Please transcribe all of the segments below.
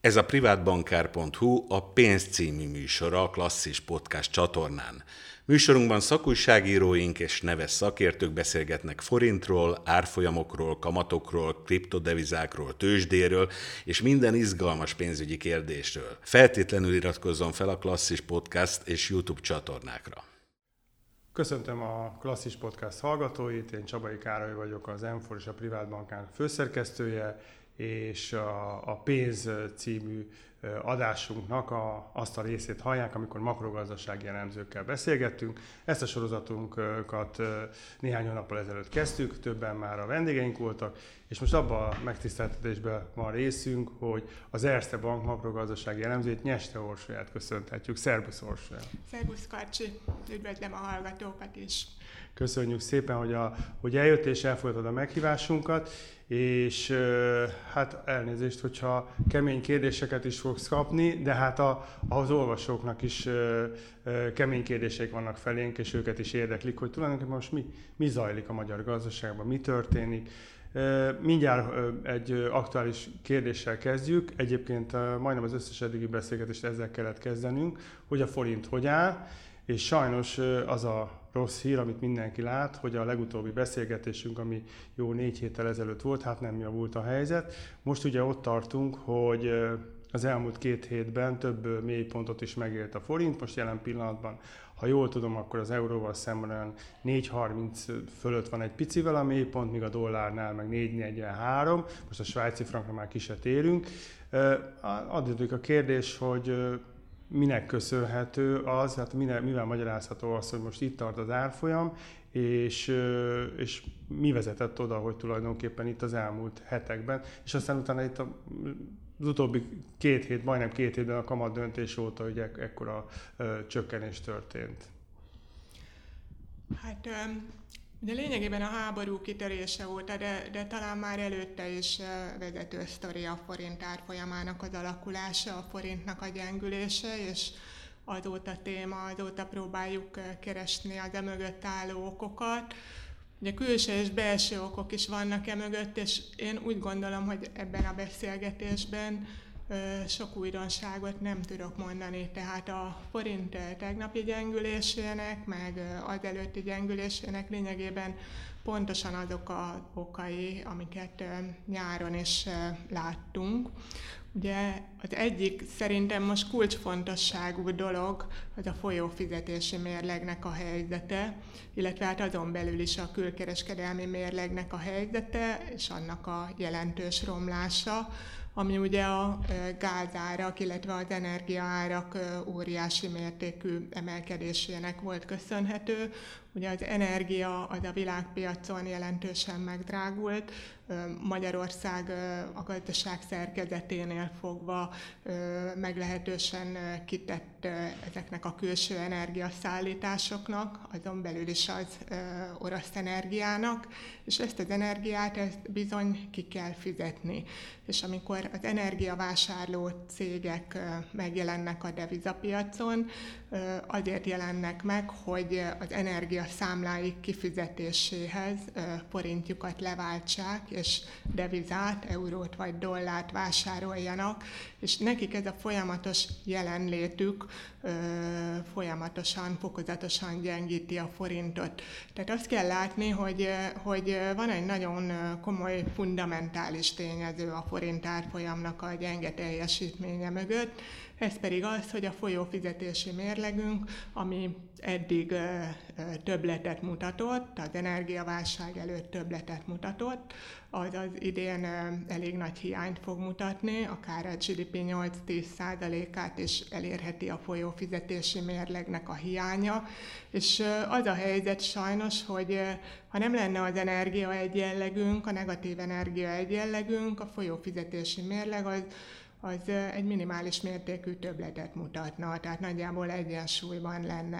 Ez a privátbankár.hu a Pénz című műsora a Klasszis Podcast csatornán. Műsorunkban szakújságíróink és neves szakértők beszélgetnek forintról, árfolyamokról, kamatokról, kriptodevizákról, tőzsdéről és minden izgalmas pénzügyi kérdésről. Feltétlenül iratkozzon fel a Klasszis Podcast és YouTube csatornákra. Köszöntöm a Klasszis Podcast hallgatóit, én Csabai Károly vagyok, az M4 és a Privátbankár főszerkesztője, és a Pénz című adásunknak azt a részét hallják, amikor makrogazdasági elemzőkkel beszélgettünk. Ezt a sorozatunkat néhány hónappal ezelőtt kezdtük, többen már a vendégeink voltak, és most abban a megtiszteltetésben van részünk, hogy az Erste Bank makrogazdasági elemzőjét, Nyeste Orsolyát köszönhetjük. Szerbusz Orsolya! Szerbusz Karcsi! Üdvözlöm a hallgatókat is! Köszönjük szépen, hogy eljött és elfogadtad a meghívásunkat, és hát elnézést, hogyha kemény kérdéseket is fogsz kapni, de hát az olvasóknak is kemény kérdések vannak felénk, és őket is érdeklik, hogy tulajdonképpen most mi zajlik a magyar gazdaságban, mi történik. Mindjárt egy aktuális kérdéssel kezdjük. Egyébként majdnem az összes eddigi beszélgetést ezzel kellett kezdenünk, hogy a forint hogy áll, és sajnos az a rossz hír, amit mindenki lát, hogy a legutóbbi beszélgetésünk, ami jó 4 héttel ezelőtt volt, hát nem javult a helyzet. Most ugye ott tartunk, hogy az elmúlt 2 hétben több mélypontot is megélt a forint, most jelen pillanatban, ha jól tudom, akkor az euróval szemben olyan 4,30 fölött van egy picivel a mélypont, míg a dollárnál meg 4,43, most a svájci frankra már ki se térünk. Addig a kérdés, hogy minek köszönhető az, hát mivel magyarázható az, hogy most itt tart az árfolyam, és mi vezetett oda, hogy tulajdonképpen itt az elmúlt hetekben, és aztán utána itt az utóbbi 2 hét, majdnem 2 hétben a kamat döntés óta, hogy ekkora csökkenés történt. Hát ugye lényegében a háború kitörése óta, de talán már előtte is vezető sztori a forint árfolyamának az alakulása, a forintnak a gyengülése, és azóta téma, azóta próbáljuk keresni az emögött álló okokat. Ugye külső és belső okok is vannak emögött, és én úgy gondolom, hogy ebben a beszélgetésben sok újdonságot nem tudok mondani, tehát a forint tegnapi gyengülésének, meg az előtti gyengülésének lényegében pontosan azok az okai, amiket nyáron is láttunk. Ugye az egyik szerintem most kulcsfontosságú dolog az a folyófizetési mérlegnek a helyzete, illetve hát azon belül is a külkereskedelmi mérlegnek a helyzete és annak a jelentős romlása, ami ugye a gázárak, illetve az energiaárak óriási mértékű emelkedésének volt köszönhető. Ugye az energia az a világpiacon jelentősen megdrágult, Magyarország a gazdaság szerkezeténél fogva meglehetősen kitett ezeknek a külső energiaszállításoknak, azon belül is az orosz energiának, és ezt az energiát bizony ki kell fizetni. És amikor az energiavásárló cégek megjelennek a devizapiacon, azért jelennek meg, hogy az energiaszámláik kifizetéséhez forintjukat leváltsák, és devizát, eurót vagy dollárt vásároljanak, és nekik ez a folyamatos jelenlétük folyamatosan, fokozatosan gyengíti a forintot. Tehát azt kell látni, hogy van egy nagyon komoly, fundamentális tényező a forint árfolyamnak a gyenge teljesítménye mögött, ez pedig az, hogy a folyófizetési mérlegünk, ami eddig többletet mutatott, az energiaválság előtt többletet mutatott, az idén elég nagy hiányt fog mutatni, akár a GDP 8-10%-át is elérheti a folyófizetési mérlegnek a hiánya, és az a helyzet sajnos, hogy ha nem lenne az energia egyenlegünk, a negatív energia egyenlegünk, a folyófizetési mérleg az egy minimális mértékű többletet mutatna, tehát nagyjából egyensúlyban lenne.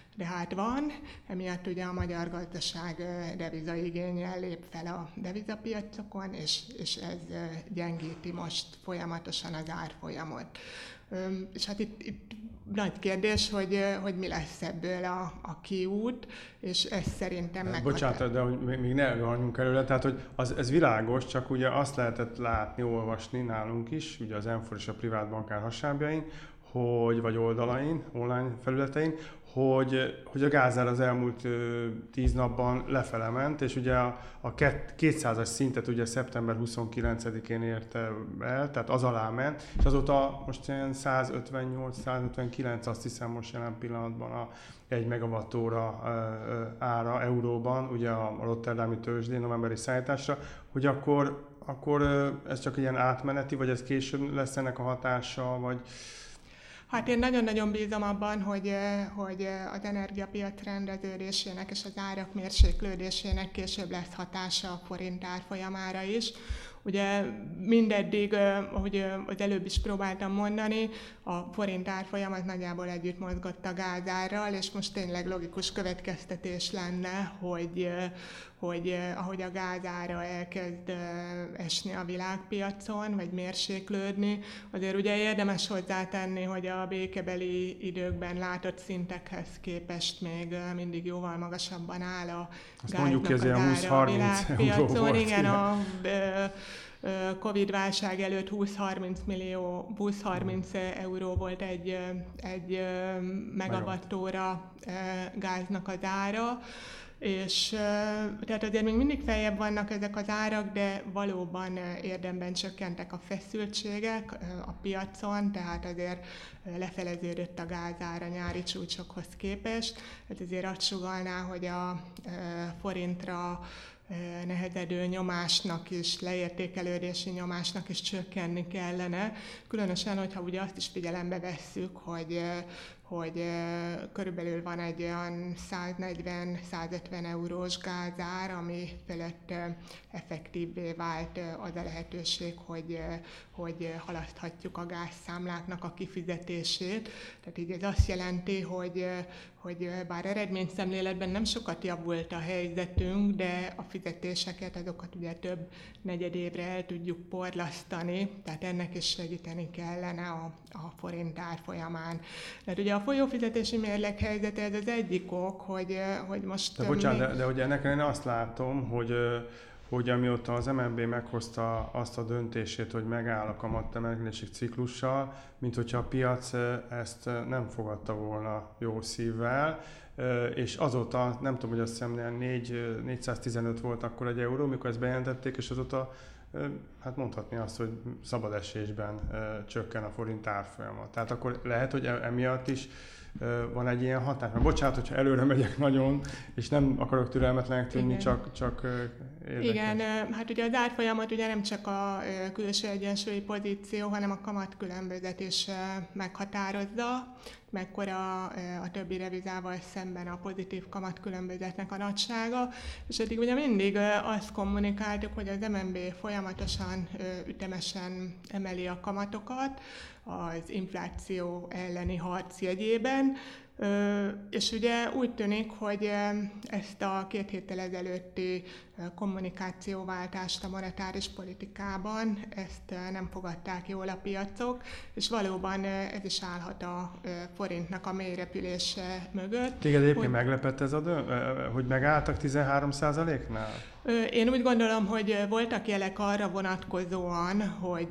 de hát van, emiatt ugye a magyar gazdaság devizaigénnyel lép fel a devizapiacokon, és ez gyengíti most folyamatosan az árfolyamot. És hát itt nagy kérdés, hogy mi lesz ebből a kiút, és ez szerintem Bocsánat, de hogy még ne rohanjunk előle, tehát hogy ez világos, csak ugye azt lehetett látni, olvasni nálunk is, ugye az M4 és a privát bankár hasábjain, vagy oldalain, online felületein, hogy a gázár az elmúlt 10 napban lefele ment, és ugye a 200-as szintet ugye szeptember 29-én érte el, tehát az alá ment, és azóta most ilyen 158-159, azt hiszem most jelen pillanatban a 1 megawattóra ára euróban, ugye a rotterdami tőzsdén novemberi szállításra, hogy akkor ez csak ilyen átmeneti, vagy ez később lesz ennek a hatása, vagy... Hát én nagyon-nagyon bízom abban, hogy az energiapiac rendeződésének és az árak mérséklődésének később lesz hatása a forint árfolyamára is. Ugye mindeddig, ahogy az előbb is próbáltam mondani, a forint árfolyam az nagyjából együtt mozgott a gázárral, és most tényleg logikus következtetés lenne, hogy ahogy a gázára elkezd esni a világpiacon, vagy mérséklődni, azért ugye érdemes hozzátenni, hogy a békebeli időkben látott szintekhez képest még mindig jóval magasabban áll a gáznak az ára a világpiacon. Igen, a Covid-válság előtt 20-30 euró volt egy megawattóra gáznak az ára, és tehát azért még mindig feljebb vannak ezek az árak, de valóban érdemben csökkentek a feszültségek a piacon, tehát azért lefeleződött a gázára nyári csúcsokhoz képest. Ez azért azt sugallná, hogy a forintra nehezedő nyomásnak is, leértékelődési nyomásnak is csökkenni kellene. Különösen, hogyha ugye azt is figyelembe vesszük, hogy körülbelül van egy olyan 140-150 eurós gázár, ami felett effektívvé vált az a lehetőség, hogy halaszthatjuk a gázszámláknak a kifizetését. Tehát így ez azt jelenti, hogy bár eredményszemléletben nem sokat javult a helyzetünk, de a fizetéseket, azokat ugye több negyedévre el tudjuk porlasztani, tehát ennek is segíteni kellene a forint árfolyamán. Tehát ugye a folyófizetési mérleg helyzete ez az egyik ok, hogy most... De bocsánat, de hogy ennek én azt látom, hogy amióta az MNB meghozta azt a döntését, hogy megáll a kamatemelési ciklussal, mint hogyha a piac ezt nem fogadta volna jó szívvel, és azóta, nem tudom, hogy azt hiszem 415 volt akkor egy euró, mikor ezt bejelentették, és azóta hát mondhatni azt, hogy szabad esésben csökken a forint árfolyama. Tehát akkor lehet, hogy emiatt is van egy ilyen hatás. Bocsánat, hogyha előre megyek nagyon, és nem akarok türelmetlenek tűnni, csak érdekes. Igen, hát ugye az árfolyamat ugye nem csak a külső egyensúlyi pozíció, hanem a kamatkülönbözet is meghatározza, mekkora a többi devizával szemben a pozitív kamatkülönbözetnek a nagysága, és eddig ugye mindig azt kommunikáltuk, hogy az MNB folyamatosan ütemesen emeli a kamatokat az infláció elleni harc jegyében, és ugye úgy tűnik, hogy ezt a 2 héttel ezelőtti kommunikációváltást a monetáris politikában, ezt nem fogadták jól a piacok, és valóban ez is állhat a forintnak a mélyrepülése mögött. Téged egyébként meglepett ez hogy megálltak 13%-nál? Én úgy gondolom, hogy voltak jelek arra vonatkozóan,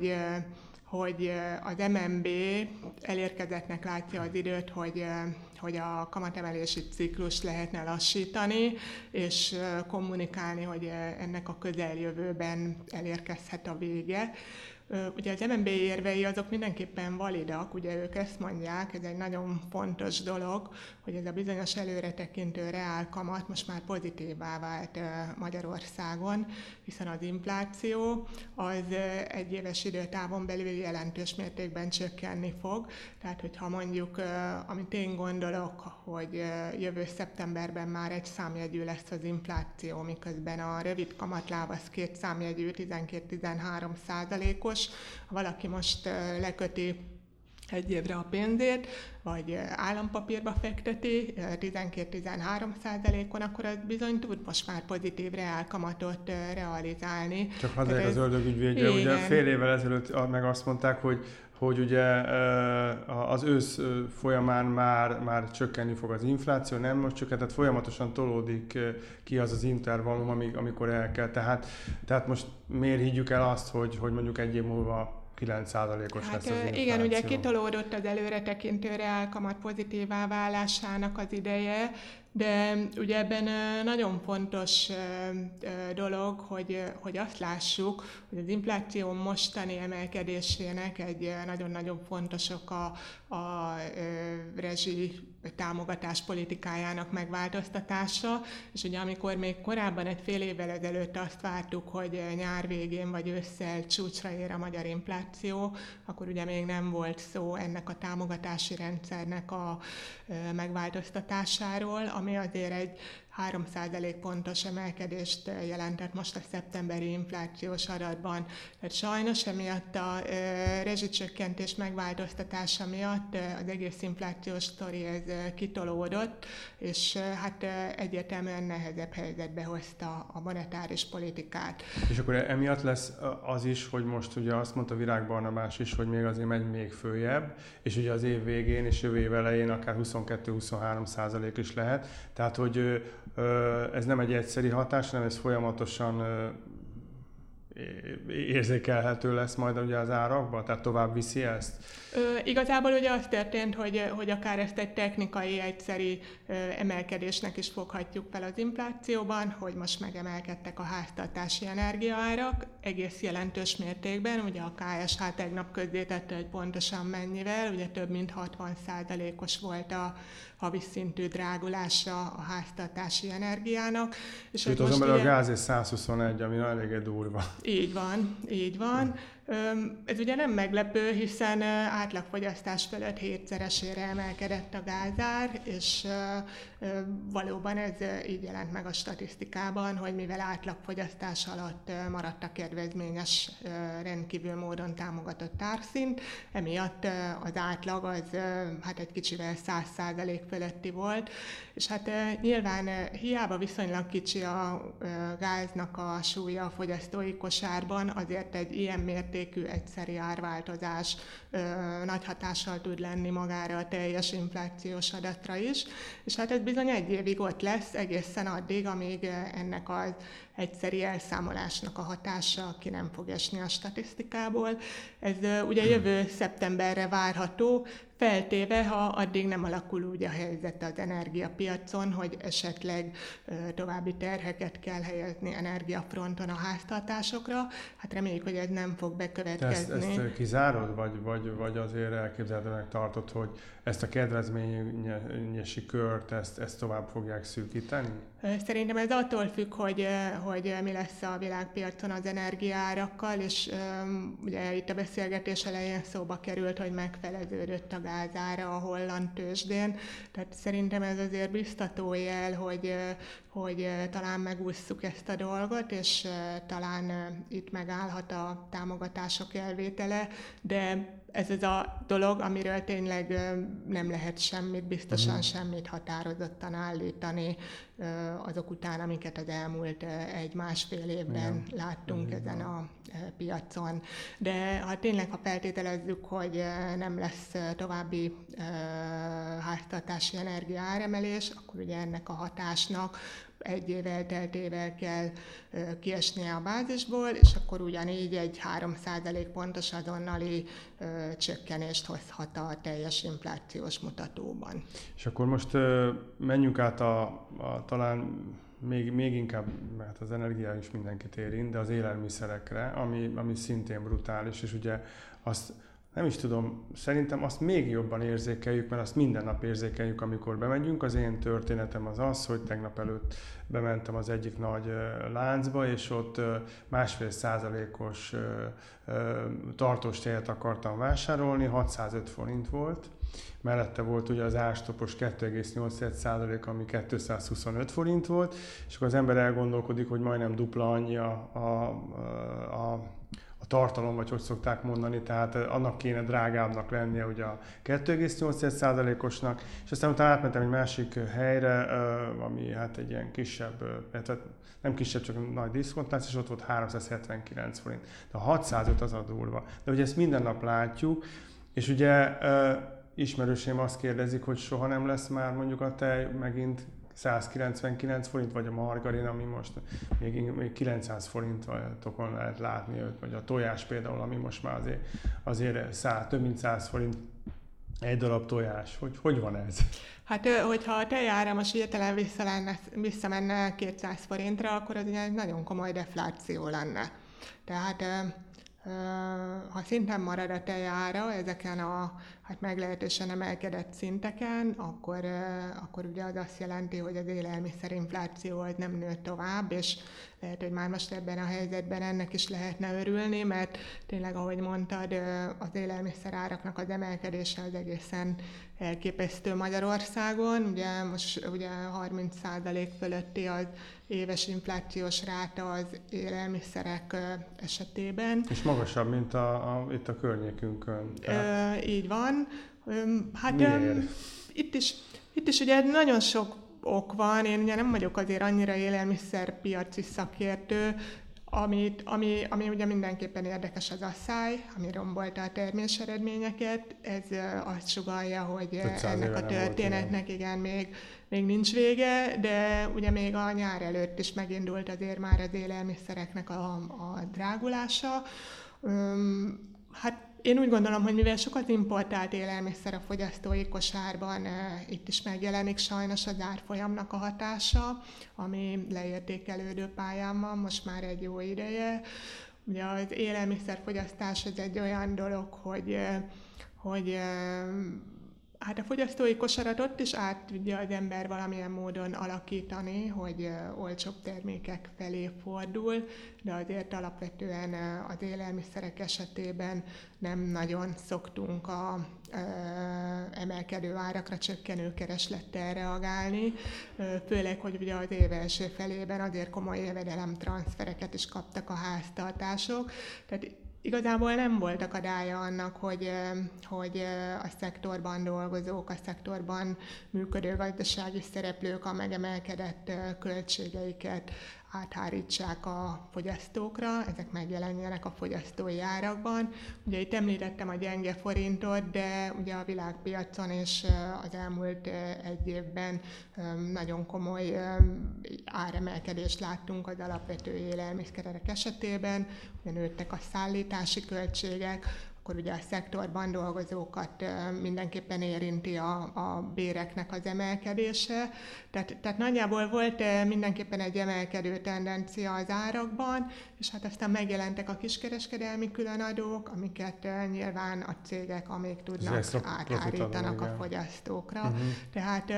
hogy az MNB elérkezettnek látja az időt, hogy a kamatemelési ciklust lehetne lassítani, és kommunikálni, hogy ennek a közeljövőben elérkezhet a vége. Ugye az MNB érvei azok mindenképpen validak, ugye ők ezt mondják, ez egy nagyon fontos dolog, hogy ez a bizonyos előretekintő reál kamat most már pozitívvá vált Magyarországon, hiszen az infláció az egy éves időtávon belül jelentős mértékben csökkenni fog. Tehát, hogyha mondjuk, amit én gondolok, hogy jövő szeptemberben már egy számjegyű lesz az infláció, miközben a rövid kamatláb az 2 számjegyű, 12-13%-os. Ha valaki most leköti egy évre a pénzét, vagy állampapírba fekteti 12-13%-on, akkor az bizony tud most már pozitív reálkamatot realizálni. Csak hadd az ördögügyvédje, ugye fél évvel ezelőtt meg azt mondták, hogy ugye az ősz folyamán már csökkenni fog az infláció, nem most csökken, tehát folyamatosan tolódik ki az az intervallum, amikor el kell. Tehát most miért higgyük el azt, hogy mondjuk egy év múlva 9%-os lesz az infláció? Igen, ugye kitolódott az előretekintő reálkamat pozitívá válásának az ideje, de ugye ebben nagyon fontos dolog, hogy azt lássuk, hogy az infláció mostani emelkedésének egy nagyon-nagyon fontos oka a rezsi támogatás politikájának megváltoztatása, és ugye amikor még korábban egy fél évvel ezelőtt azt vártuk, hogy nyár végén vagy ősszel csúcsra ér a magyar infláció, akkor ugye még nem volt szó ennek a támogatási rendszernek a megváltoztatásáról, ami azért egy 3% pontos emelkedést jelentett most a szeptemberi inflációs adatban. Tehát sajnos emiatt a rezsicsökkentés megváltoztatása miatt az egész inflációs sztori ez kitolódott, és hát egyértelműen nehezebb helyzetbe hozta a monetáris politikát. És akkor emiatt lesz az is, hogy most ugye azt mondta Virág Barnabás is, hogy még azért megy még följebb, és ugye az év végén és jövő év elején akár 22-23% is lehet. Tehát, hogy ez nem egy egyszeri hatás, hanem ez folyamatosan érzékelhető lesz majd ugye az árakban, tehát tovább viszi ezt? Igazából ugye az történt, hogy akár ezt egy technikai, egyszeri emelkedésnek is foghatjuk fel az inflációban, hogy most megemelkedtek a háztartási energiaárak egész jelentős mértékben. Ugye a KSH tegnap közzétette, hogy pontosan mennyivel, ugye több mint 60%-os volt a havi szintű drágulása a háztartási energiának. És sőt, azon belül a gáz és 121, ami eléggé durva. Így van. Ez ugye nem meglepő, hiszen átlagfogyasztás fölött 7-szeresére emelkedett a gázár, és valóban ez így jelent meg a statisztikában, hogy mivel átlagfogyasztás alatt maradt a kedvezményes, rendkívül módon támogatott árszint, emiatt az átlag az hát egy kicsivel 100% fölötti volt, és hát nyilván hiába viszonylag kicsi a gáznak a súlya a fogyasztói kosárban, azért egy ilyen mértékű egyszeri árváltozás nagy hatással tud lenni magára a teljes inflációs adatra is, és hát ez bizony egy évig ott lesz, egészen addig, amíg ennek az egyszeri elszámolásnak a hatása ki nem fog esni a statisztikából. Ez ugye jövő szeptemberre várható, feltéve, ha addig nem alakul úgy a helyzet az energiapiacon, hogy esetleg további terheket kell helyezni energiafronton a háztartásokra. Hát reméljük, hogy ez nem fog bekövetkezni. Ezt kizárod, vagy azért elképzelhetőnek tartod, hogy ezt a kedvezményesi kört, ezt tovább fogják szűkíteni? Szerintem ez attól függ, hogy mi lesz a világpiacon az energiaárakkal, és ugye itt a beszélgetés elején szóba került, hogy megfeleződött a gázára a holland tőzsdén, tehát szerintem ez azért biztató jel, hogy talán megússzuk ezt a dolgot, és talán itt megállhat a támogatások elvétele, de ez az a dolog, amiről tényleg nem lehet semmit, biztosan semmit határozottan állítani azok után, amiket az elmúlt egy-másfél évben láttunk ezen a piacon. De ha tényleg, ha feltételezzük, hogy nem lesz további háztartási energia áremelés, akkor ugye ennek a hatásnak egy év elteltével kell kiesnie a bázisból, és akkor ugyanígy egy 3% pontos azonnali csökkenést hozhat a teljes inflációs mutatóban. És akkor most menjünk át talán még inkább, mert az energia is mindenkit érint, de az élelmiszerekre, ami szintén brutális, és ugye azt nem is tudom, szerintem azt még jobban érzékeljük, mert azt minden nap érzékeljük, amikor bemegyünk. Az én történetem az, hogy tegnap előtt bementem az egyik nagy láncba, és ott 1,5%-os tartós tejet akartam vásárolni, 605 forint volt. Mellette volt ugye az árstopos 2,8%, ami 225 forint volt, és akkor az ember elgondolkodik, hogy majdnem dupla annyi a tartalom, vagy hogy szokták mondani, tehát annak kéne drágábbnak lennie ugye a 2,8%-osnak, és aztán utána átmentem egy másik helyre, ami hát egy ilyen kisebb, nem kisebb, csak nagy diszkontlász, és ott volt 379 forint. De a 605 az a durva. De ugye ezt minden nap látjuk, és ugye ismerőseim azt kérdezik, hogy soha nem lesz már mondjuk a tej megint 199 forint, vagy a margarin, ami most még 900 forintokon lehet látni őt, vagy a tojás például, ami most már azért több mint 100 forint egy darab tojás. Hogy van ez? Hát, hogyha a tejára most hirtelen visszamenne 200 forintra, akkor az ugye egy nagyon komoly defláció lenne. Tehát ha szinten marad a tejára ezeken a meglehetősen emelkedett szinteken, akkor ugye az azt jelenti, hogy az élelmiszerinfláció az nem nő tovább, és lehet, hogy már most ebben a helyzetben ennek is lehetne örülni, mert tényleg, ahogy mondtad, az élelmiszeráraknak az emelkedése az egészen elképesztő Magyarországon. Ugye most 30% fölötti az éves inflációs ráta az élelmiszerek esetében. És magasabb, mint itt a környékünkön. Így van. Hát miért? Itt is ugye nagyon sok ok van, én ugye nem vagyok azért annyira élelmiszerpiaci szakértő, ami ugye mindenképpen érdekes az asszály, ami rombolta a terméseredményeket. Ez azt sugallja, hogy ennek a történetnek még nincs vége, de ugye még a nyár előtt is megindult azért már az élelmiszereknek a drágulása. Hát én úgy gondolom, hogy mivel sok az importált élelmiszer a fogyasztói kosárban, itt is megjelenik sajnos az árfolyamnak a hatása, ami leértékelődő pályán van most már egy jó ideje. Ugye az élelmiszerfogyasztás az egy olyan dolog, hogy hát a fogyasztói kosarat ott is át tudja az ember valamilyen módon alakítani, hogy olcsóbb termékek felé fordul, de azért alapvetően az élelmiszerek esetében nem nagyon szoktunk a emelkedő árakra, csökkenő kereslettel reagálni, főleg, hogy ugye az év első felében azért komoly jövedelemtranszfereket is kaptak a háztartások, tehát igazából nem volt akadálya annak, hogy a szektorban dolgozók, a szektorban működő gazdasági szereplők a megemelkedett költségeiket áthárítsák a fogyasztókra, ezek megjelenjenek a fogyasztói árakban. Ugye itt említettem a gyenge forintot, de ugye a világpiacon és az elmúlt egy évben nagyon komoly áremelkedést láttunk az alapvető élelmiszerek esetében, ugye nőttek a szállítási költségek, akkor ugye a szektorban dolgozókat mindenképpen érinti a béreknek az emelkedése. Tehát nagyjából volt mindenképpen egy emelkedő tendencia az árakban, és hát aztán megjelentek a kiskereskedelmi különadók, amiket nyilván a cégek, amíg tudnak, áthárítanak a fogyasztókra. Uh-huh. Tehát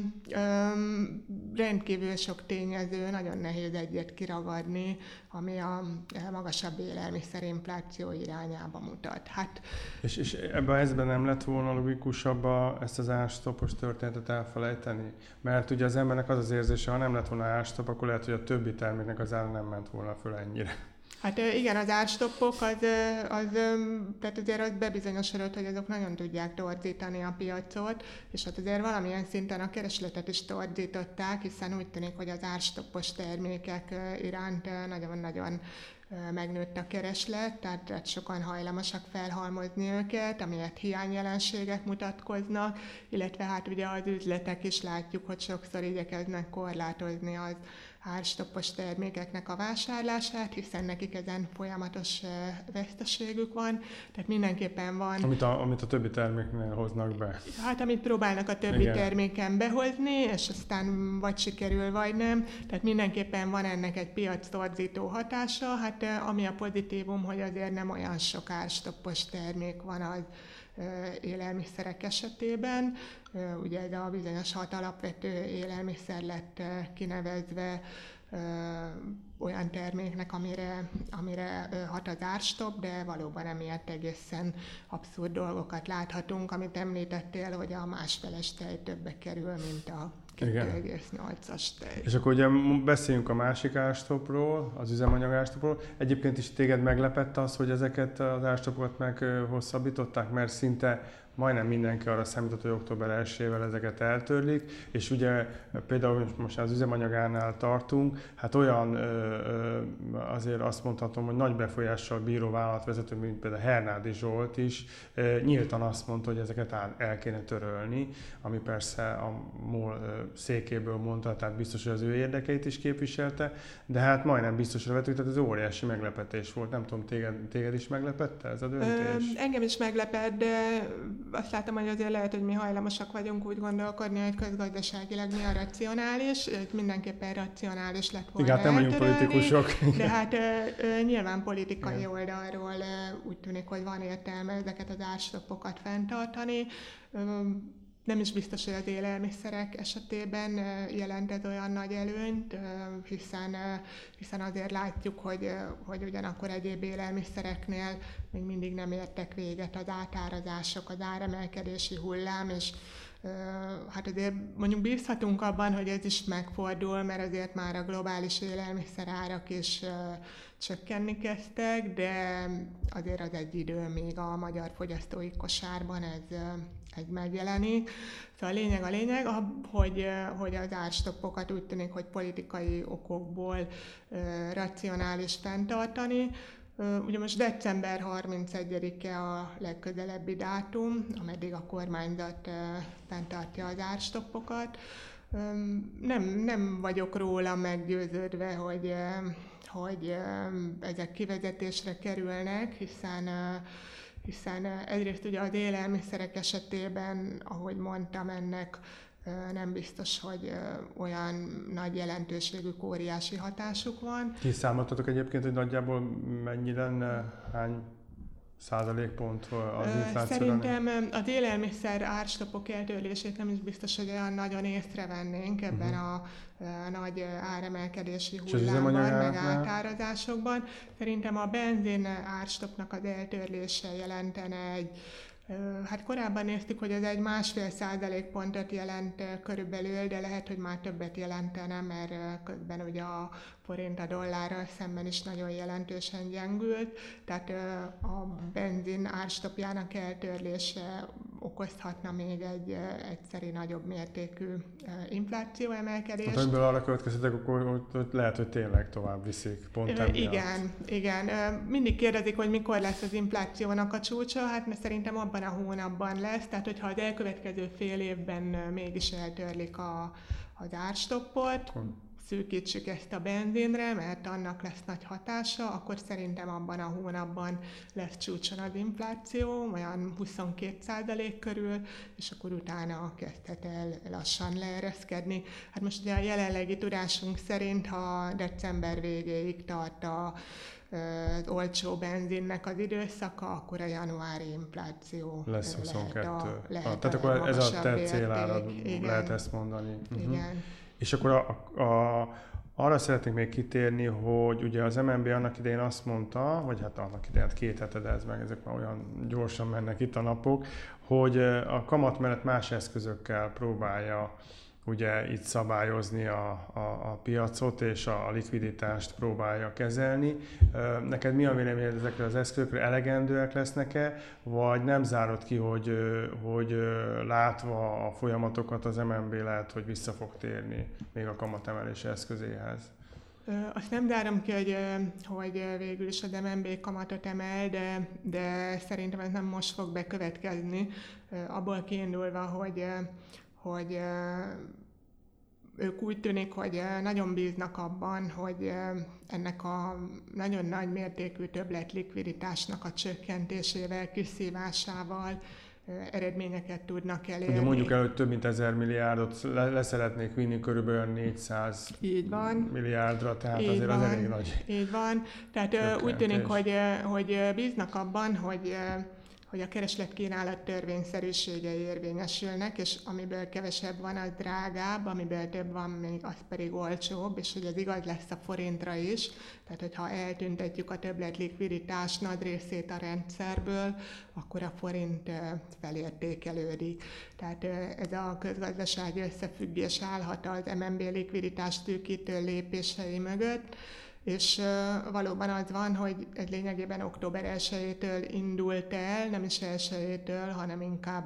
rendkívül sok tényező, nagyon nehéz egyet kiragadni, ami a magasabb élelmiszerinfláció irányába mutat. Hát, és ebben a helyzetben nem lett volna logikusabb ezt az árstoppos történetet elfelejteni? Mert ugye az embernek az érzése, ha nem lett volna árstopp, akkor lehet, hogy a többi terméknek az ára nem ment volna föl ennyire. Hát igen, az árstoppok, tehát azért az bebizonyosodott, hogy azok nagyon tudják torzítani a piacot, és hát azért valamilyen szinten a keresletet is torzították, hiszen úgy tűnik, hogy az árstoppos termékek iránt nagyon-nagyon megnőtt a kereslet, tehát sokan hajlamosak felhalmozni őket, amiért hiányjelenségek mutatkoznak, illetve hát ugye az üzletek is látjuk, hogy sokszor igyekeznek korlátozni az árstoppos termékeknek a vásárlását, hiszen nekik ezen folyamatos veszteségük van, tehát mindenképpen van... Amit a többi terméknél hoznak be. Hát amit próbálnak a többi terméken behozni, és aztán vagy sikerül, vagy nem, tehát mindenképpen van ennek egy piac torzító hatása, hát ami a pozitívum, hogy azért nem olyan sok árstoppos termék van az élelmiszerek esetében. Ugye ez a bizonyos 6 alapvető élelmiszer lett kinevezve olyan terméknek, amire hat az árstopp, de valóban emiatt egészen abszurd dolgokat láthatunk, amit említettél, hogy a másfeles tej többbe kerül, mint a 2,8-as tej. És akkor ugye beszéljünk a másik árstopról, az üzemanyag árstopról. Egyébként is téged meglepett az, hogy ezeket az árstopokat meghosszabbították, mert szinte majdnem mindenki arra számított, hogy október 1-ével ezeket eltörlik, és ugye például most az üzemanyagánál tartunk, hát olyan azért azt mondhatom, hogy nagy befolyással bíró vállalatvezető, mint például Hernádi Zsolt is nyíltan azt mondta, hogy ezeket el kéne törölni, ami persze a MOL székéből mondta, tehát biztos, hogy az ő érdekeit is képviselte, de hát majdnem biztosra vettük, tehát ez óriási meglepetés volt. Nem tudom, téged is meglepette ez a döntés? Engem is meglepett, de azt látom, hogy azért lehet, hogy mi hajlamosak vagyunk úgy gondolkodni, hogy közgazdaságilag mi a racionális, mindenképpen racionális lett volna. Igen, nem vagyunk politikusok. De hát nyilván politikai oldalról úgy tűnik, hogy van értelme ezeket az árstopokat fenntartani. Nem is biztos, hogy az élelmiszerek esetében jelent ez olyan nagy előnyt, hiszen azért látjuk, hogy ugyanakkor egyéb élelmiszereknél még mindig nem értek véget az átárazások, az áremelkedési hullám, és hát azért mondjuk bízhatunk abban, hogy ez is megfordul, mert azért már a globális élelmiszerárak is csökkenni kezdtek, de azért az egy idő, még a magyar fogyasztói kosárban ez megjelenik. Szóval a lényeg, hogy az árstoppokat úgy tűnik, hogy politikai okokból racionális fenntartani. Ugye most december 31-e a legközelebbi dátum, ameddig a kormányzat fenntartja az árstoppokat. Nem vagyok róla meggyőződve, hogy ezek kivezetésre kerülnek, hiszen egyrészt ugye az élelmiszerek esetében, ahogy mondtam, ennek nem biztos, hogy olyan nagy jelentőségű, óriási hatásuk van. Kiszámoltatok egyébként, hogy nagyjából mennyi lenne, hány százalékpont az inflációra? Szerintem az élelmiszer árstopok eltörlését nem is biztos, hogy olyan nagyon észrevennénk ebben a nagy áremelkedési hullámban, meg átárazásokban. Szerintem a benzin árstopnak az eltörlése jelentene hát korábban néztük, hogy ez egy 1,5 % jelent körülbelül, de lehet, hogy már többet jelentene, mert közben ugye a forint a dollárral szemben is nagyon jelentősen gyengült, tehát a benzin árstopjának eltörlése okozhatna még egy egyszeri nagyobb mértékű inflációemelkedést. Hát amiből arra következtetek, akkor lehet, hogy tényleg tovább viszik pont emiatt. Igen. Mindig kérdezik, hogy mikor lesz az inflációnak a csúcsa, hát mert szerintem abban a hónapban lesz, tehát hogyha az elkövetkező fél évben mégis eltörlik az árstoppot, szűkítsük ezt a benzinre, mert annak lesz nagy hatása, akkor szerintem abban a hónapban lesz csúcson az infláció, olyan 22% körül, és akkor utána kezdhet el lassan leereszkedni. Hát most ugye a jelenlegi tudásunk szerint, ha december végéig tart az olcsó benzinnek az időszaka, akkor a januári infláció lesz 22. Lehet tehát akkor ez a te célárad, lehet ezt mondani. Igen. És akkor arra szeretnék még kitérni, hogy ugye az MNB annak idején azt mondta, vagy hát annak idején 2 hete, de ez meg ezek már olyan gyorsan mennek itt a napok, hogy a kamat mellett más eszközökkel próbálja ugye itt szabályozni a piacot, és a likviditást próbálja kezelni. Neked mi a véleményed ezekre az eszközökre? Elegendőek lesznek-e, vagy nem zárod ki, hogy látva a folyamatokat az MNB lehet, hogy vissza fog térni még a kamatemelés eszközéhez? Azt nem zárom ki, hogy végül is az MNB kamatot emel, de szerintem ez nem most fog bekövetkezni, abból kiindulva, hogy ők úgy tűnik, hogy nagyon bíznak abban, hogy ennek a nagyon nagy mértékű többlet likviditásnak a csökkentésével, kiszívásával eredményeket tudnak elérni. Ugye mondjuk el, hogy több mint 1000 milliárdot leszeretnék vinni körülbelül 400 milliárdra, tehát így azért van, az elég nagy. Így van. Tehát úgy tűnik, hogy bíznak abban, hogy a kereslet-kínálat törvényszerűségei érvényesülnek, és amiből kevesebb van, az drágább, amiből több van, még az pedig olcsóbb, és hogy ez igaz lesz a forintra is. Tehát, hogyha eltüntetjük a többlet likviditás nagy részét a rendszerből, akkor a forint felértékelődik. Tehát ez a közgazdasági összefüggés állhat az MNB likviditás tőkítő lépései mögött, és valóban az van, hogy ez lényegében október 1-től indult el, nem is 1-től, hanem inkább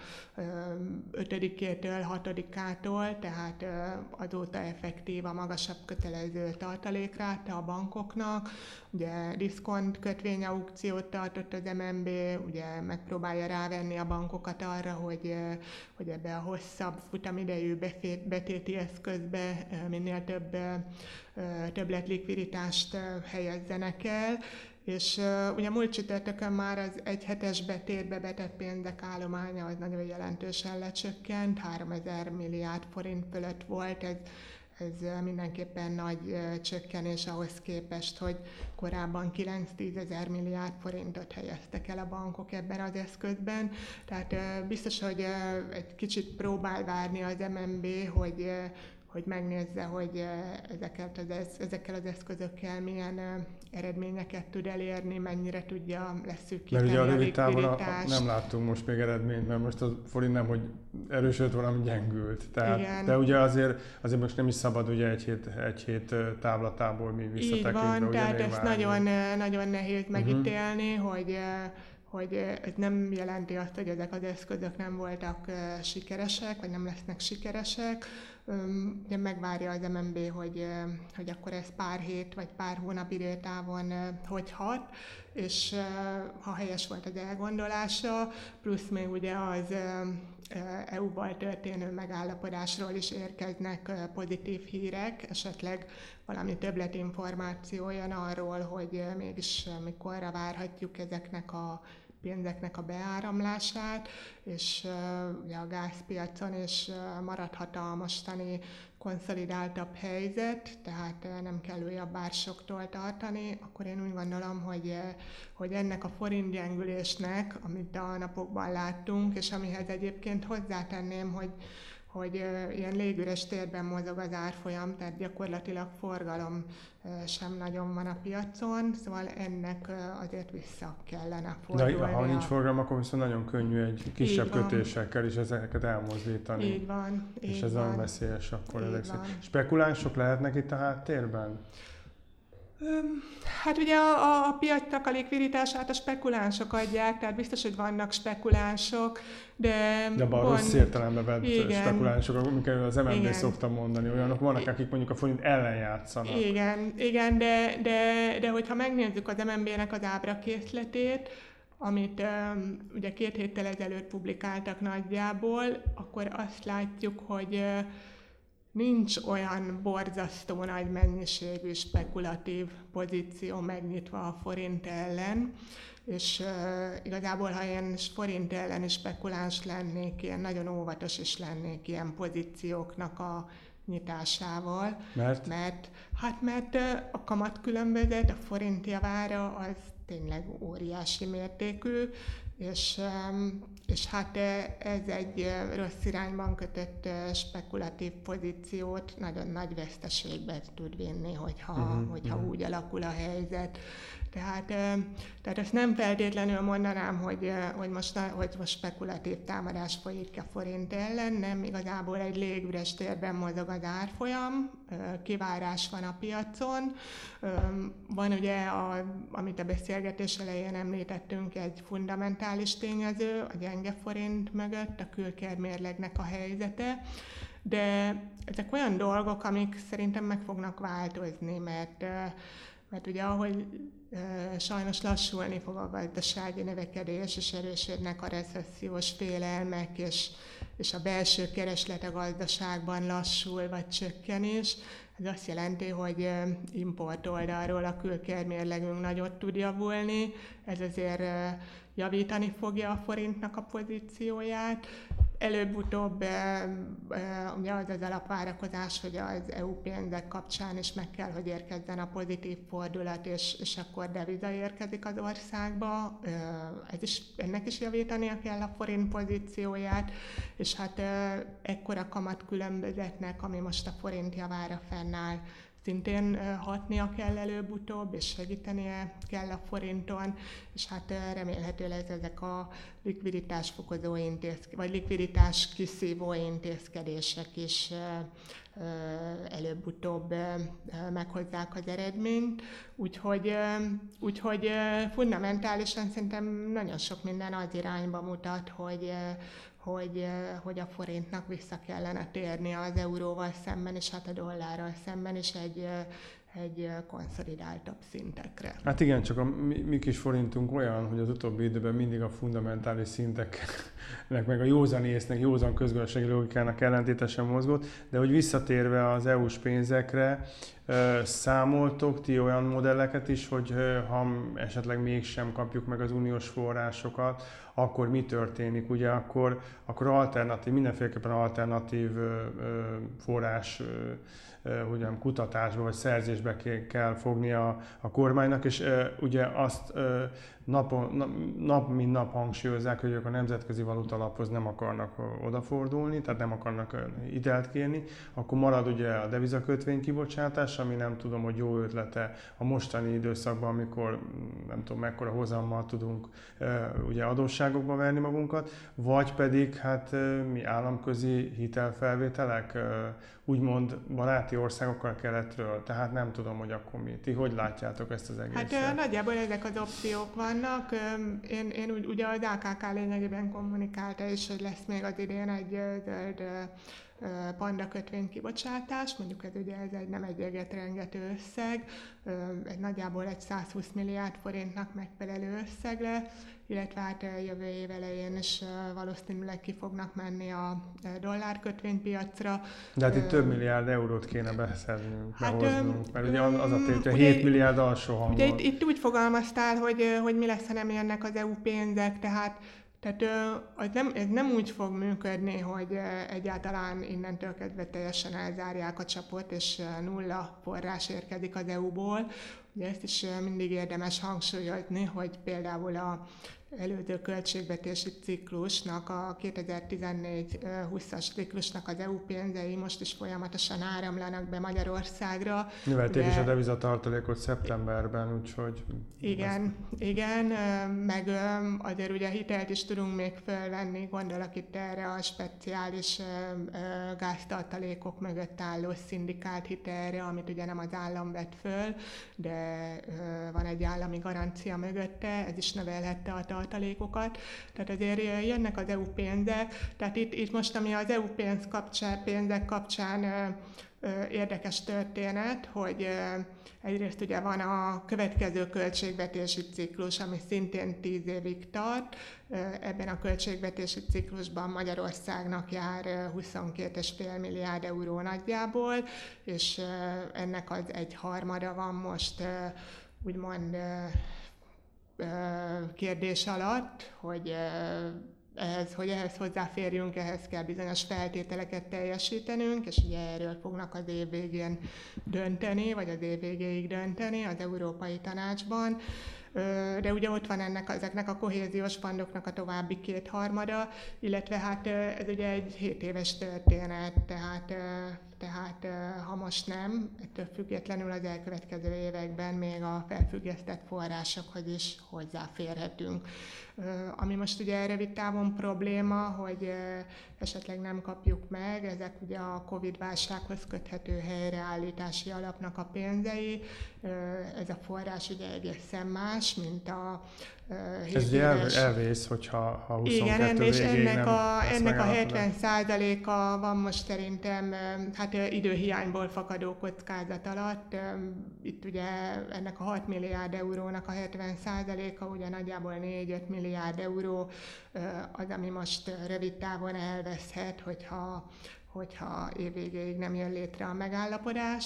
5-től, 6-ától, tehát azóta effektív a magasabb kötelező tartalékráta a bankoknak. Ugye diszkont kötvényaukciót tartott az MNB, ugye megpróbálja rávenni a bankokat arra, hogy ebbe a hosszabb futamidejű betéti eszközbe minél több többletlikviditást helyezzenek el, és ugye múlt csütörtökön már az egyhetes betétbe betett pénzek állománya az nagyon jelentősen lecsökkent, 3000 milliárd forint fölött volt, ez mindenképpen nagy csökkenés ahhoz képest, hogy korábban 9-10 ezer milliárd forintot helyeztek el a bankok ebben az eszközben. Tehát biztos, hogy egy kicsit próbál várni az MNB, hogy megnézze, hogy ezekkel az eszközökkel milyen eredményeket tud elérni, mennyire tudja leszűkíteni a likviditást. Mert ugye a rövid távon nem láttunk most még eredményt, mert most a forint nem, hogy erősödött, hanem gyengült. Tehát, de ugye azért most nem is szabad ugye egy hét távlatából mi visszatekintve. Így van, tehát ezt nagyon nehéz megítélni, hogy ez nem jelenti azt, hogy ezek az eszközök nem voltak sikeresek, vagy nem lesznek sikeresek. Ugye megvárja az MNB, hogy akkor ez pár hét vagy pár hónap időtávon hogy hat, és ha helyes volt az elgondolása, plusz még ugye az EU-val történő megállapodásról is érkeznek pozitív hírek, esetleg valami többletinformáció jön arról, hogy mégis mikorra várhatjuk ezeknek a pénzeknek a beáramlását, és ugye a gázpiacon is maradhat a mostani konszolidáltabb helyzet, tehát nem kell újabb ársoktól tartani, akkor én úgy gondolom, hogy ennek a forintgyengülésnek, amit a napokban láttunk, és amihez egyébként hozzátenném, hogy ilyen légüres térben mozog az árfolyam, tehát gyakorlatilag forgalom sem nagyon van a piacon, szóval ennek azért vissza kellene fordulni. De ha nincs forgalom, akkor viszont nagyon könnyű egy kisebb kötésekkel is ezeket elmozdítani. Így van. És ez nagyon veszélyes akkor ezek szerint. Spekulánsok lehetnek itt a háttérben? Hát ugye a piacnak a likviditását a spekulánsok adják, tehát biztos, hogy vannak spekulánsok, de a rossz értelemben vett spekulánsok, amiket az MNB szokta mondani, olyanok vannak, akik mondjuk a forint ellen játszanak. Igen, de hogyha megnézzük az MNB-nek az ábrakészletét, amit ugye 2 héttel ezelőtt publikáltak nagyjából, akkor azt látjuk, hogy nincs olyan borzasztó nagy mennyiségű spekulatív pozíció megnyitva a forint ellen, és igazából, ha én forint elleni spekuláns lennék, ilyen nagyon óvatos is lennék ilyen pozícióknak a nyitásával. Mert a kamatkülönbözet a forint javára az tényleg óriási mértékű, és hát ez egy rossz irányban kötött spekulatív pozíciót nagyon nagy veszteségbe tud vinni, hogyha úgy alakul a helyzet. Tehát ezt nem feltétlenül mondanám, hogy most spekulatív támadás folyik a forint ellen, nem, igazából egy légüres térben mozog az árfolyam, kivárás van a piacon. Van ugye, amit a beszélgetés elején említettünk, egy fundamentális tényező, a gyenge forint mögött, a külkérmérlegnek a helyzete, de ezek olyan dolgok, amik szerintem meg fognak változni, mert ugye ahogy sajnos lassulni fog a gazdasági növekedés, és erősödnek a recessziós félelmek, és a belső kereslet a gazdaságban lassul vagy csökken is. Ez azt jelenti, hogy import oldalról a külkérmérlegünk nagyot tud javulni, ez azért javítani fogja a forintnak a pozícióját, előbb-utóbb ugye az alapvárakozás, hogy az EU pénzek kapcsán is meg kell, hogy érkezzen a pozitív fordulat, és akkor deviza érkezik az országba. Ennek is javítania kell a forint pozícióját, és hát ekkora kamatkülönbözetnek, ami most a forint javára fennáll, szintén hatnia kell előbb-utóbb, és segítenie kell a forinton, és hát remélhetőleg ezek a likviditásfokozó vagy likviditás kiszívó intézkedések is előbb-utóbb meghozzák az eredményt. Úgyhogy fundamentálisan szerintem nagyon sok minden az irányba mutat, hogy a forintnak vissza kellene térni az euróval szemben, és hát a dollárral szemben is egy konszolidáltabb szintekre. Hát igen, csak a mi kis forintunk olyan, hogy az utóbbi időben mindig a fundamentális szinteknek, meg a józan észnek, józan közgazdasági logikának ellentétesen mozgott, de hogy visszatérve az EU-s pénzekre, számoltok ti olyan modelleket is, hogy ha esetleg mégsem kapjuk meg az uniós forrásokat, akkor mi történik? Ugye akkor mindenféleképpen alternatív forrás kutatásba vagy szerzésbe kell fogni a kormánynak, és ugye azt nap mint nap hangsúlyozzák, hogy ők a Nemzetközi Valutalaphoz nem akarnak odafordulni, tehát nem akarnak hitelt kérni, akkor marad ugye a devizakötvény kibocsátás, ami nem tudom, hogy jó ötlete a mostani időszakban, amikor nem tudom mekkora hozammal tudunk ugye adósságokba verni magunkat, vagy pedig hát mi államközi hitelfelvételek, úgymond baráti országokkal keletről, tehát nem tudom, hogy akkor mi. Ti hogy látjátok ezt az egészet? Hát nagyjából ezek az opciók vannak. Én ugye az AKK lényegében kommunikálta is, hogy lesz még az idén egy zöld panda kötvény kibocsátás, mondjuk ez nem egy eget rengető összeg, nagyjából egy 120 milliárd forintnak megfelelő összeg lesz, illetve hát jövő év elején is valószínűleg ki fognak menni a dollárkötvénypiacra. De hát itt több milliárd eurót kéne behoznunk, mert ugye az a tény, hogy 7 milliárd alsó hangon. Ugye itt úgy fogalmaztál, hogy mi lesz, ha nem jönnek az EU pénzek, tehát ez nem úgy fog működni, hogy egyáltalán innentől kezdve teljesen elzárják a csapot, és nulla forrás érkezik az EU-ból. Ugye ezt is mindig érdemes hangsúlyozni, hogy például a előző költségvetési ciklusnak, a 2014-20-as ciklusnak az EU pénzei most is folyamatosan áramlanak be Magyarországra. Növelték is a devizatartalékot szeptemberben, úgyhogy... Igen, meg azért ugye hitelt is tudunk még felvenni, gondolok itt erre a speciális gáztartalékok mögött álló szindikált hitelre, amit ugye nem az állam vett föl, de van egy állami garancia mögötte, ez is növelhette a tartalékokat. Tehát azért jönnek az EU pénzek, tehát itt most, ami az EU pénzek kapcsán érdekes történet, hogy egyrészt ugye van a következő költségvetési ciklus, ami szintén 10 évig tart. Ebben a költségvetési ciklusban Magyarországnak jár 22,5 milliárd euró nagyjából, és ennek az egyharmada van most úgymond kérdés alatt, hogy ehhez hozzáférjünk, ehhez kell bizonyos feltételeket teljesítenünk, és ugye erről fognak az év végén dönteni, vagy az év végéig dönteni az Európai Tanácsban. De ugye ott van ezeknek a kohéziós fondoknak a további kétharmada, illetve hát ez ugye egy 7 éves történet, tehát ha most nem, ettől függetlenül az elkövetkező években még a felfüggesztett forrásokhoz is hozzáférhetünk. Ami most ugye rövid távon probléma, hogy esetleg nem kapjuk meg, ezek ugye a Covid-válsághoz köthető helyreállítási alapnak a pénzei. Ez a forrás ugye egészen más, mint a ez ugye elvész, hogyha 22 igen, és végéig ennek a 70%-a van most szerintem időhiányból fakadó kockázat alatt. Itt ugye ennek a 6 milliárd eurónak a 70%-a ugye nagyjából 4-5 milliárd euró az, ami most rövid távon elveszhet, hogyha évvégéig nem jön létre a megállapodás.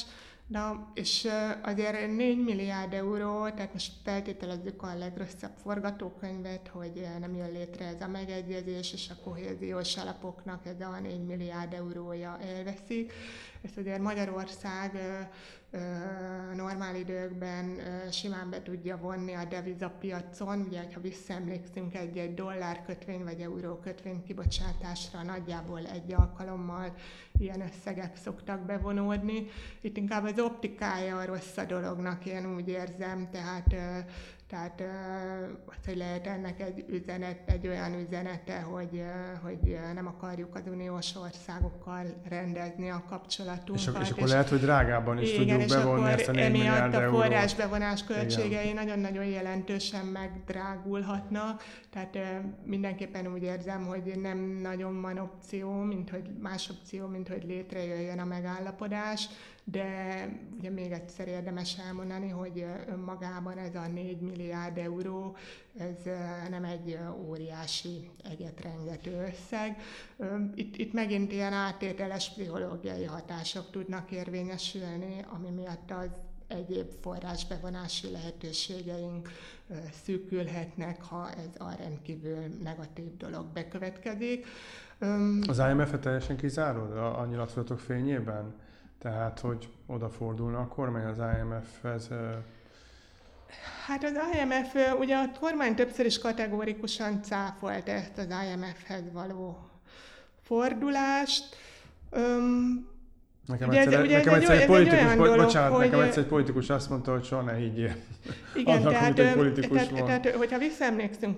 Na, és azért 4 milliárd euró, tehát most feltételezzük a legrosszabb forgatókönyvet, hogy nem jön létre ez a megegyezés, és a kohéziós alapoknak ez a 4 milliárd eurója elveszik. Ezt azért Magyarország normál időkben simán be tudja vonni a devizapiacon. Ugye, ha visszaemlékszünk egy dollárkötvény vagy eurókötvény kibocsátásra, nagyjából egy alkalommal ilyen összegek szoktak bevonódni. Itt inkább az optikája rossz a dolognak, én úgy érzem, tehát hogy lehet ennek egy olyan üzenete, hogy nem akarjuk az uniós országokkal rendezni a kapcsolatunkat. És akkor lehet, hogy drágában is tudjuk bevonni ezt a 4 milliárd eurót. Emiatt a forrásbevonás költségei nagyon-nagyon jelentősen megdrágulhatnak, tehát mindenképpen úgy érzem, hogy nem nagyon van opció, más opció, mint hogy létrejöjjön a megállapodás, de ugye még egyszer érdemes elmondani, hogy önmagában ez a 4 milliárd euró, ez nem egy óriási egetrengető összeg. Itt megint ilyen áttételes pszichológiai hatások tudnak érvényesülni, ami miatt az egyéb forrásbevonási lehetőségeink szűkülhetnek, ha ez a rendkívül negatív dolog bekövetkezik. Az IMF-et teljesen kizárod a nyilatkozatok fényében? Tehát, hogy odafordulna a kormány az IMF-hez? Hát az IMF, ugye a kormány többször is kategórikusan cáfolta ezt az IMF-hez való fordulást. Nekem egyszer egy politikus azt mondta, hogy soha ne higgyél. Igen, tehát hogyha visszaemlékszünk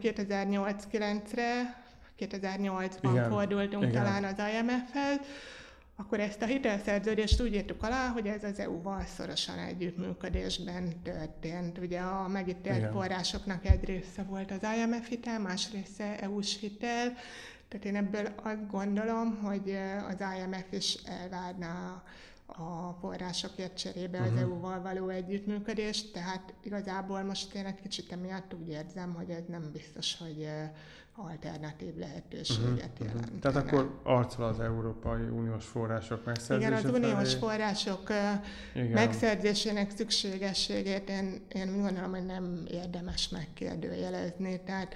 2008-ban fordultunk talán az IMF-hez, akkor ezt a hitelszerződést úgy írtuk alá, hogy ez az EU-val szorosan együttműködésben történt. Ugye a megítélt forrásoknak egy része volt az IMF hitel, más része EU-s hitel. Tehát én ebből azt gondolom, hogy az IMF is elvárná a forrásokért cserébe az EU-val való együttműködést, tehát igazából most én egy kicsit emiatt úgy érzem, hogy ez nem biztos, hogy alternatív lehetőséget jelent. Tehát akkor arcol az Európai Uniós források megszerzése. Igen, az uniós források megszerzésének szükségességét én úgy gondolom, hogy nem érdemes megkérdőjelezni. Tehát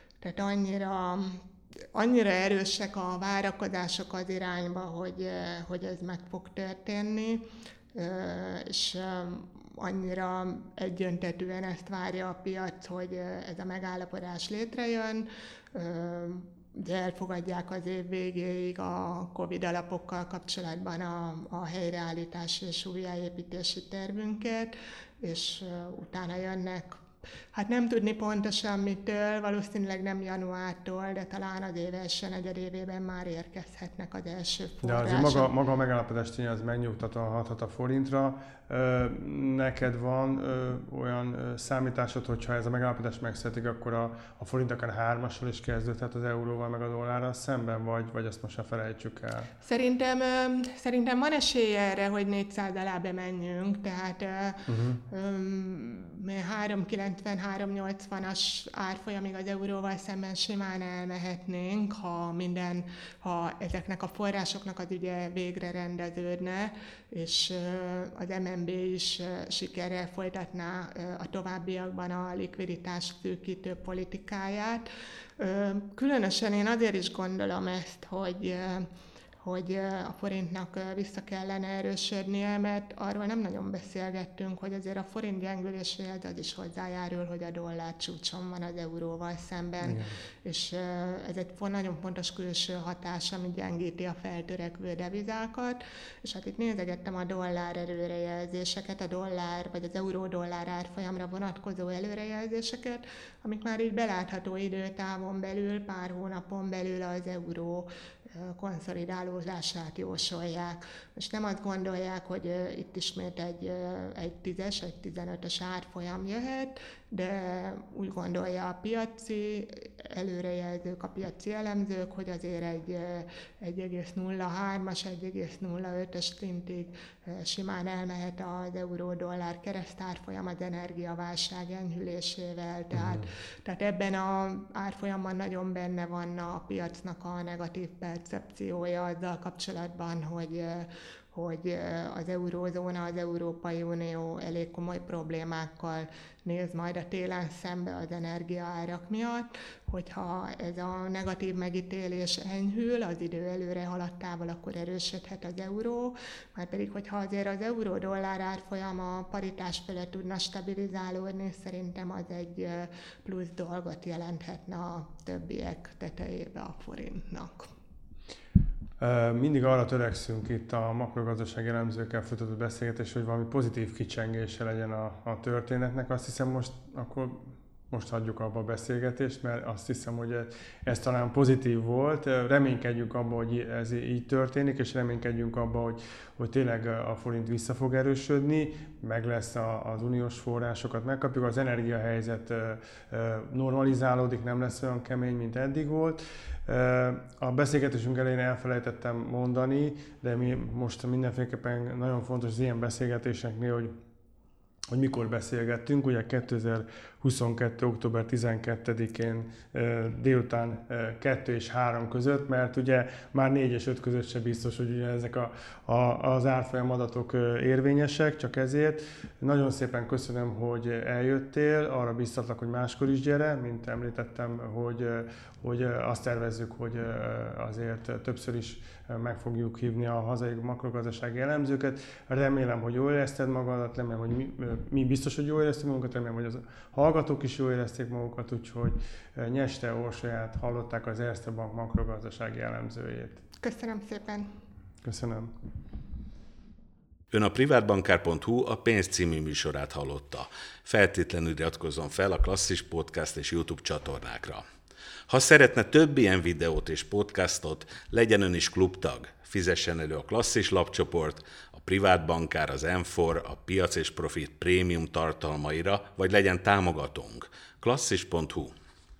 annyira erősek a várakozások az irányba, hogy ez meg fog történni, és annyira egyöntetűen ezt várja a piac, hogy ez a megállapodás létrejön, de elfogadják az év végéig a Covid alapokkal kapcsolatban a helyreállítási és újjáépítési tervünket, és utána jönnek, hát nem tudni pontosan mitől, valószínűleg nem januártól, de talán az év első negyedévében már érkezhetnek az első források. De azért maga a megállapodás tényleg az megnyugtatóan hathat a forintra. Neked van olyan számításod, hogyha ez a megállapodás megszületik, akkor a forint akár 3-assal is kezdődhet az euróval meg a dollárral szemben, vagy azt most felejtsük el? Szerintem van esélye erre, hogy 400 alá bemenjünk, tehát 3,90-3,80-as árfolyamig az euróval szemben simán elmehetnénk, ha ezeknek a forrásoknak az ügye végre rendeződne, és az MNB is sikerrel folytatná a továbbiakban a likviditás szűkítő politikáját. Különösen én azért is gondolom ezt, hogy a forintnak vissza kellene erősödnie, mert arról nem nagyon beszélgettünk, hogy azért a forint gyengüléséhez az is hozzájárul, hogy a dollár csúcson van az euróval szemben, igen. És ez egy nagyon fontos külső hatás, ami gyengíti a feltörekvő devizákat, és hát itt nézegettem a dollár előrejelzéseket, a dollár vagy az euró-dollár árfolyamra vonatkozó előrejelzéseket, amik már így belátható időtávon belül, pár hónapon belül az euró konszolidálódását jósolják. Most nem azt gondolják, hogy itt ismét egy 10-es, egy 15-ös árfolyam jöhet, de úgy gondolja a piaci előrejelzők, a piaci elemzők, hogy azért egy 1,03-as, 1,05-ös szintig simán elmehet az euró-dollár keresztárfolyam az energiaválság enyhülésével. Tehát ebben az árfolyamban nagyon benne van a piacnak a negatív percepciója azzal kapcsolatban, hogy az eurózóna, az Európai Unió elég komoly problémákkal néz majd a télen szembe az energiaárak miatt, hogyha ez a negatív megítélés enyhül, az idő előre haladtával, akkor erősödhet az euró, már pedig, hogyha azért az euró-dollár árfolyam a paritás fele tudna stabilizálódni, szerintem az egy plusz dolgot jelenthetne a többiek tetejébe a forintnak. Mindig arra törekszünk itt a makrogazdasági elemzőkkel folytatott beszélgetés, hogy valami pozitív kicsengése legyen a történetnek. Azt hiszem most hagyjuk abba a beszélgetést, mert azt hiszem, hogy ez talán pozitív volt. Reménykedjünk abba, hogy ez így történik, és reménykedjünk abba, hogy tényleg a forint vissza fog erősödni, meg lesz az uniós forrásokat, megkapjuk, az energiahelyzet normalizálódik, nem lesz olyan kemény, mint eddig volt. A beszélgetésünk elején elfelejtettem mondani, de mi most mindenféleképpen nagyon fontos az ilyen beszélgetéseknél, hogy mikor beszélgettünk, ugye 2022. október 12-én délután 2 és 3 között, mert ugye már 4 és 5 között sem biztos, hogy ugye ezek az árfolyam adatok érvényesek, csak ezért. Nagyon szépen köszönöm, hogy eljöttél, arra biztatlak, hogy máskor is gyere, mint említettem, hogy azt tervezzük, hogy azért többször is meg fogjuk hívni a hazai makrogazdasági elemzőket. Remélem, hogy jól érezted magadat, remélem, hogy mi biztos, hogy jól éreztük magunkat, remélem, hogy az hallgatók is jól érezték magukat, úgyhogy Nyeste Orsolyát hallották, az Erste Bank makrogazdasági elemzőjét. Köszönöm szépen! Köszönöm! Ön a privátbankár.hu a Pénz című műsorát hallotta. Feltétlenül iratkozzon fel a Klasszis Podcast és YouTube csatornákra. Ha szeretne több ilyen videót és podcastot, legyen ön is klubtag, fizessen elő a Klasszis lapcsoport, a Privátbankár, az M4, a Piac és Profit prémium tartalmaira, vagy legyen támogatónk. Klasszis.hu